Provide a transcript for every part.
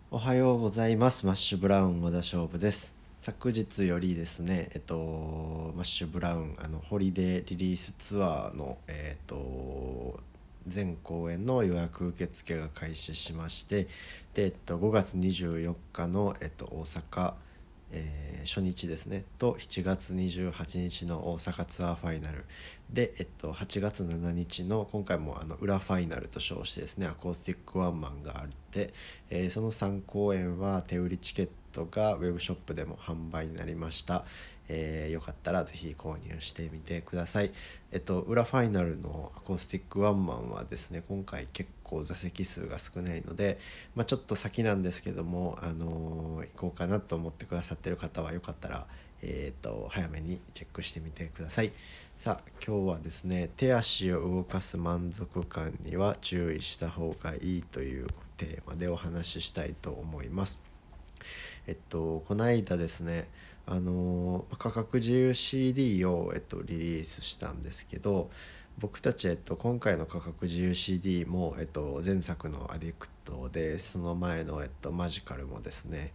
おはようございます。マッシュブラウン和田勝負です。昨日よりですね、マッシュブラウンホリデーリリースツアーの全公演の予約受付が開始しまして、で5月24日の大阪初日ですねと7月28日の大阪ツアーファイナルで、8月7日の今回も裏ファイナルと称してですねアコースティックワンマンがあって、その3公演は手売りチケットがウェブショップでも販売になりました。よかったらぜひ購入してみてください。裏ファイナルのアコースティックワンマンはですね今回結構座席数が少ないので、ちょっと先なんですけども、行こうかなと思ってくださってる方はよかったら、早めにチェックしてみてください。さあ今日はですね手足を動かす満足感には注意した方がいいというテーマでお話ししたいと思います。この間ですね価格自由 CD を、リリースしたんですけど、僕たち、今回の価格自由 CD も、前作のアディクトでその前の、マジカルもですね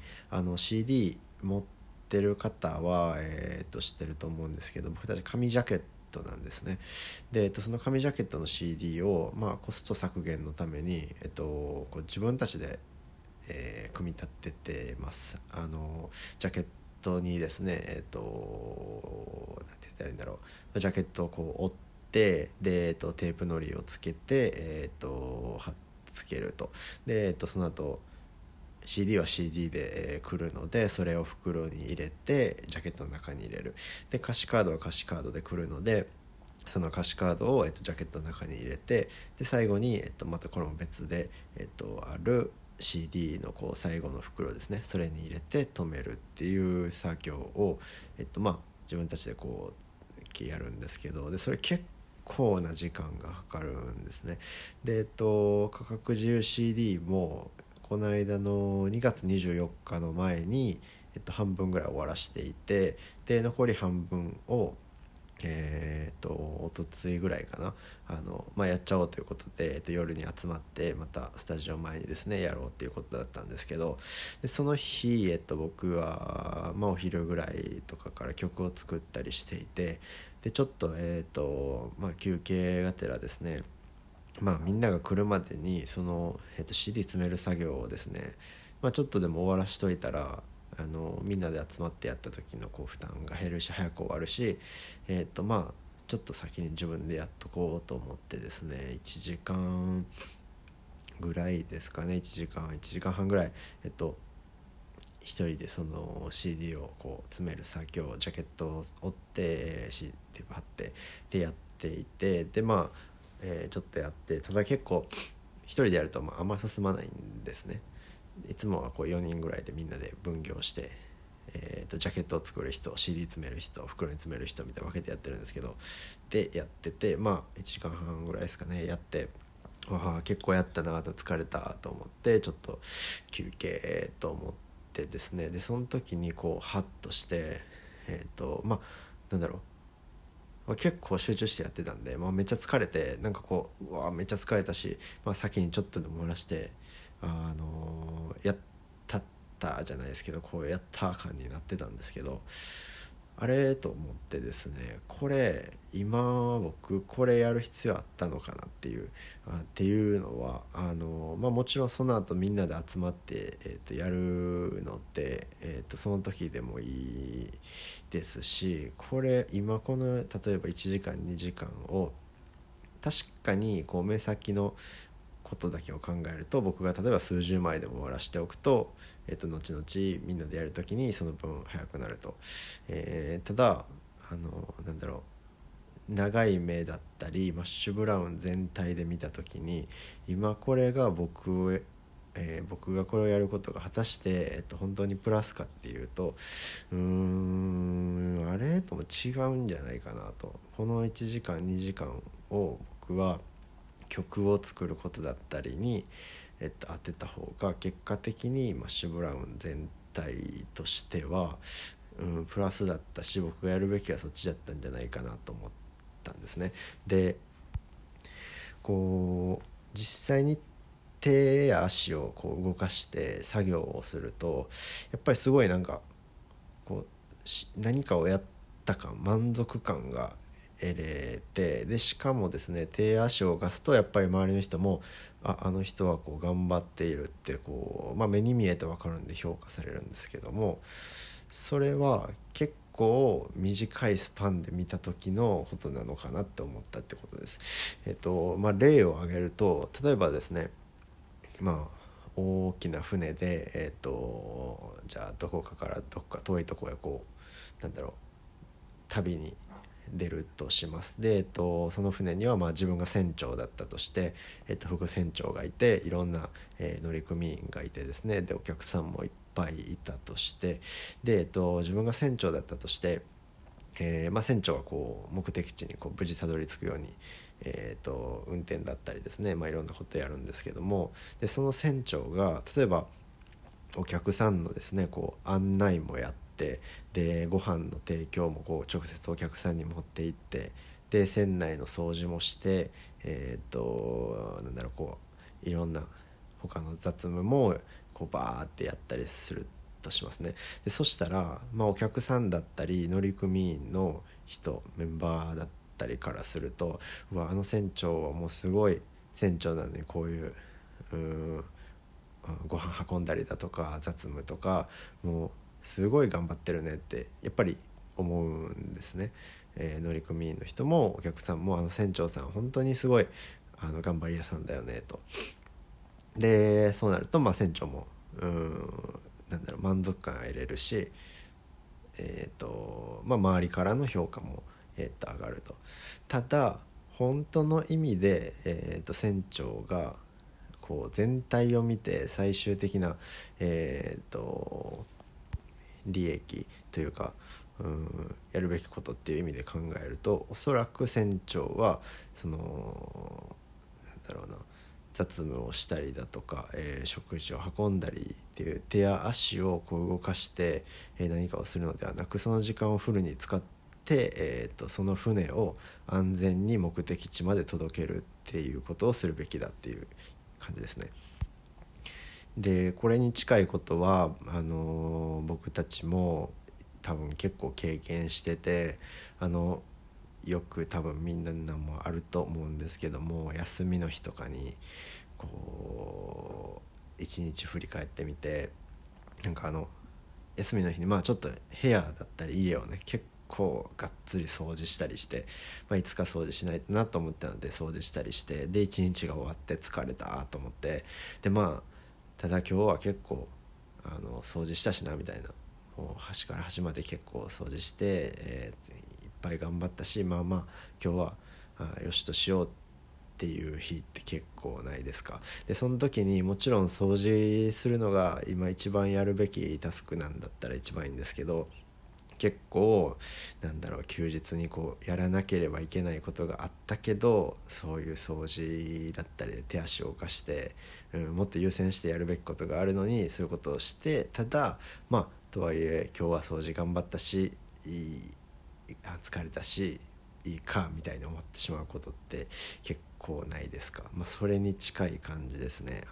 CD 持ってる方は、知ってると思うんですけど、僕たち紙ジャケットなんですね。で、その紙ジャケットの CD を、コスト削減のために、こう自分たちで組み立ててます。ジャケットにですねなんて言ったらいいんだろう、ジャケットをこう折ってで、テープのりをつけて貼っつけると。で、その後 CD は CD で、来るのでそれを袋に入れてジャケットの中に入れる。で歌詞カードは歌詞カードで来るのでその歌詞カードを、ジャケットの中に入れて、で最後に、またこれも別で、ある CD のこう最後の袋ですね、それに入れて留めるっていう作業を、自分たちでこうやるんですけど、でそれ結構な時間がかかるんですね。で、価格自由 CD もこの間の2月24日の前に、半分ぐらい終わらしていて、で残り半分をおとついぐらいかなやっちゃおうということで、夜に集まってまたスタジオ前にですねやろうっていうことだったんですけど、でその日、僕は、お昼ぐらいとかから曲を作ったりしていて、でちょっと、休憩がてらですねみんなが来るまでにその、CD 詰める作業をですね、ちょっとでも終わらしといたらみんなで集まってやった時のこう負担が減るし早く終わるし、ちょっと先に自分でやっとこうと思ってですね1時間ぐらいですかね、1時間半ぐらい一人でその CD をこう詰める作業、ジャケットを折って CD テープ貼ってでやっていて、でちょっとやって、ただ結構一人でやるとあんま進まないんですね。いつもはこう4人ぐらいでみんなで分業して、ジャケットを作る人、 CD 詰める人、袋に詰める人みたいな分けてやってるんですけど、でやってて1時間半ぐらいですかねやって、結構やったなと疲れたと思ってちょっと休憩と思ってですね、でその時にこうハッとしてなんだろう、結構集中してやってたんで、めっちゃ疲れて、なんかこうめっちゃ疲れたし、先にちょっとでも漏らしてやったじゃないですけど、こうやった感になってたんですけど、あれと思ってですね、これ今僕これやる必要あったのかなっていうのはもちろんその後みんなで集まって、やるのって、その時でもいいですし、これ今この例えば1時間2時間を確かにこう目先のことだけを考えると、僕が例えば数十枚でも終わらしておくと、後々みんなでやるときにその分早くなると、ただなんだろう、長い目だったりマッシュブラウン全体で見たときに今これが僕がこれをやることが果たして、本当にプラスかっていうとあれとも違うんじゃないかなと。この1時間2時間を僕は曲を作ることだったりに、当てた方が結果的にマッシュブラウン全体としては、プラスだったし、僕がやるべきはそっちだったんじゃないかなと思ったんですね。でこう実際に手や足をこう動かして作業をするとやっぱりすごいなんかこう何かをやった感、満足感が得れて、でしかもですね、手や足を動かすとやっぱり周りの人もあの人はこう頑張っているってこう、目に見えて分かるんで評価されるんですけども、それは結構短いスパンで見た時のことなのかなって思ったってことです。例を挙げると、例えばですね、大きな船で、じゃあどこかからどこか遠いところへこう旅に出るとします。で、その船には自分が船長だったとして、副船長がいていろんな、乗組員がいてですね、でお客さんもいっぱいいたとして、で、自分が船長だったとして、船長はこう目的地にこう無事たどり着くように、運転だったりですね、いろんなことやるんですけども、でその船長が例えばお客さんのですねこう案内もやって、でご飯の提供もこう直接お客さんに持って行って、で船内の掃除もして、こういろんな他の雑務もこうバーってやったりするとしますね。でそしたら、お客さんだったり乗組員の人、メンバーだったりからすると、あの船長はもうすごい船長なのにこういうご飯運んだりだとか雑務とかもうすごい頑張ってるねってやっぱり思うんですね。乗組員の人もお客さんも船長さん本当にすごい頑張り屋さんだよねと。でそうなると船長も満足感が得れるし、周りからの評価も、上がると。ただ本当の意味で、船長がこう全体を見て最終的な、利益というか、やるべきことっていう意味で考えると、おそらく船長はその雑務をしたりだとか、食事を運んだりっていう手や足をこう動かして、何かをするのではなく、その時間をフルに使って、その船を安全に目的地まで届けるっていうことをするべきだっていう感じですね。でこれに近いことは僕たちも多分結構経験してて、よく多分みんなもあると思うんですけども、休みの日とかにこう一日振り返ってみて、休みの日にちょっと部屋だったり家をね結構がっつり掃除したりして、いつか掃除しないとなと思ったので掃除したりして、で一日が終わって疲れたと思って、でただ今日は結構掃除したしなみたいな、もう端から端まで結構掃除して、いっぱい頑張ったし、今日はよしとしようっていう日って結構ないですか。でその時にもちろん掃除するのが今一番やるべきタスクなんだったら一番いいんですけど、結構休日にこうやらなければいけないことがあったけど、そういう掃除だったり手足を動かして、もっと優先してやるべきことがあるのにそういうことをして、ただとはいえ今日は掃除頑張ったし疲れたしいいかみたいに思ってしまうことって結構ないですか。それに近い感じですね。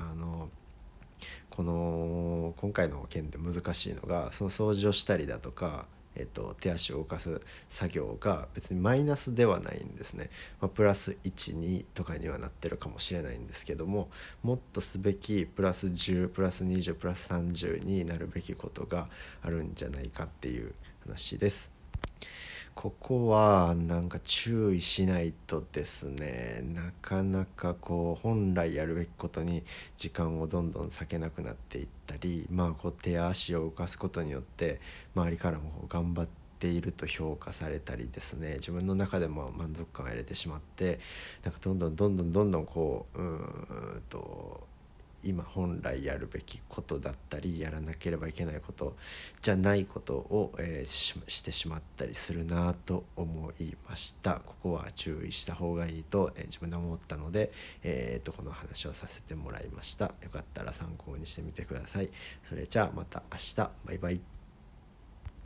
今回の件で難しいのが、その掃除をしたりだとか、手足を動かす作業が別にマイナスではないんですね。プラス1、2とかにはなってるかもしれないんですけども、もっとすべきプラス10、プラス20、プラス30になるべきことがあるんじゃないかっていう話です。ここは注意しないとですね、なかなかこう本来やるべきことに時間をどんどん割けなくなっていったり、こう手や足を動かすことによって周りからも頑張っていると評価されたりですね、自分の中でも満足感を得れてしまって、どんどんこう今本来やるべきことだったりやらなければいけないことじゃないことを、してしまったりするなと思いました。ここは注意した方がいいと、自分で思ったので、この話をさせてもらいました。よかったら参考にしてみてください。それじゃあまた明日、バイバイ。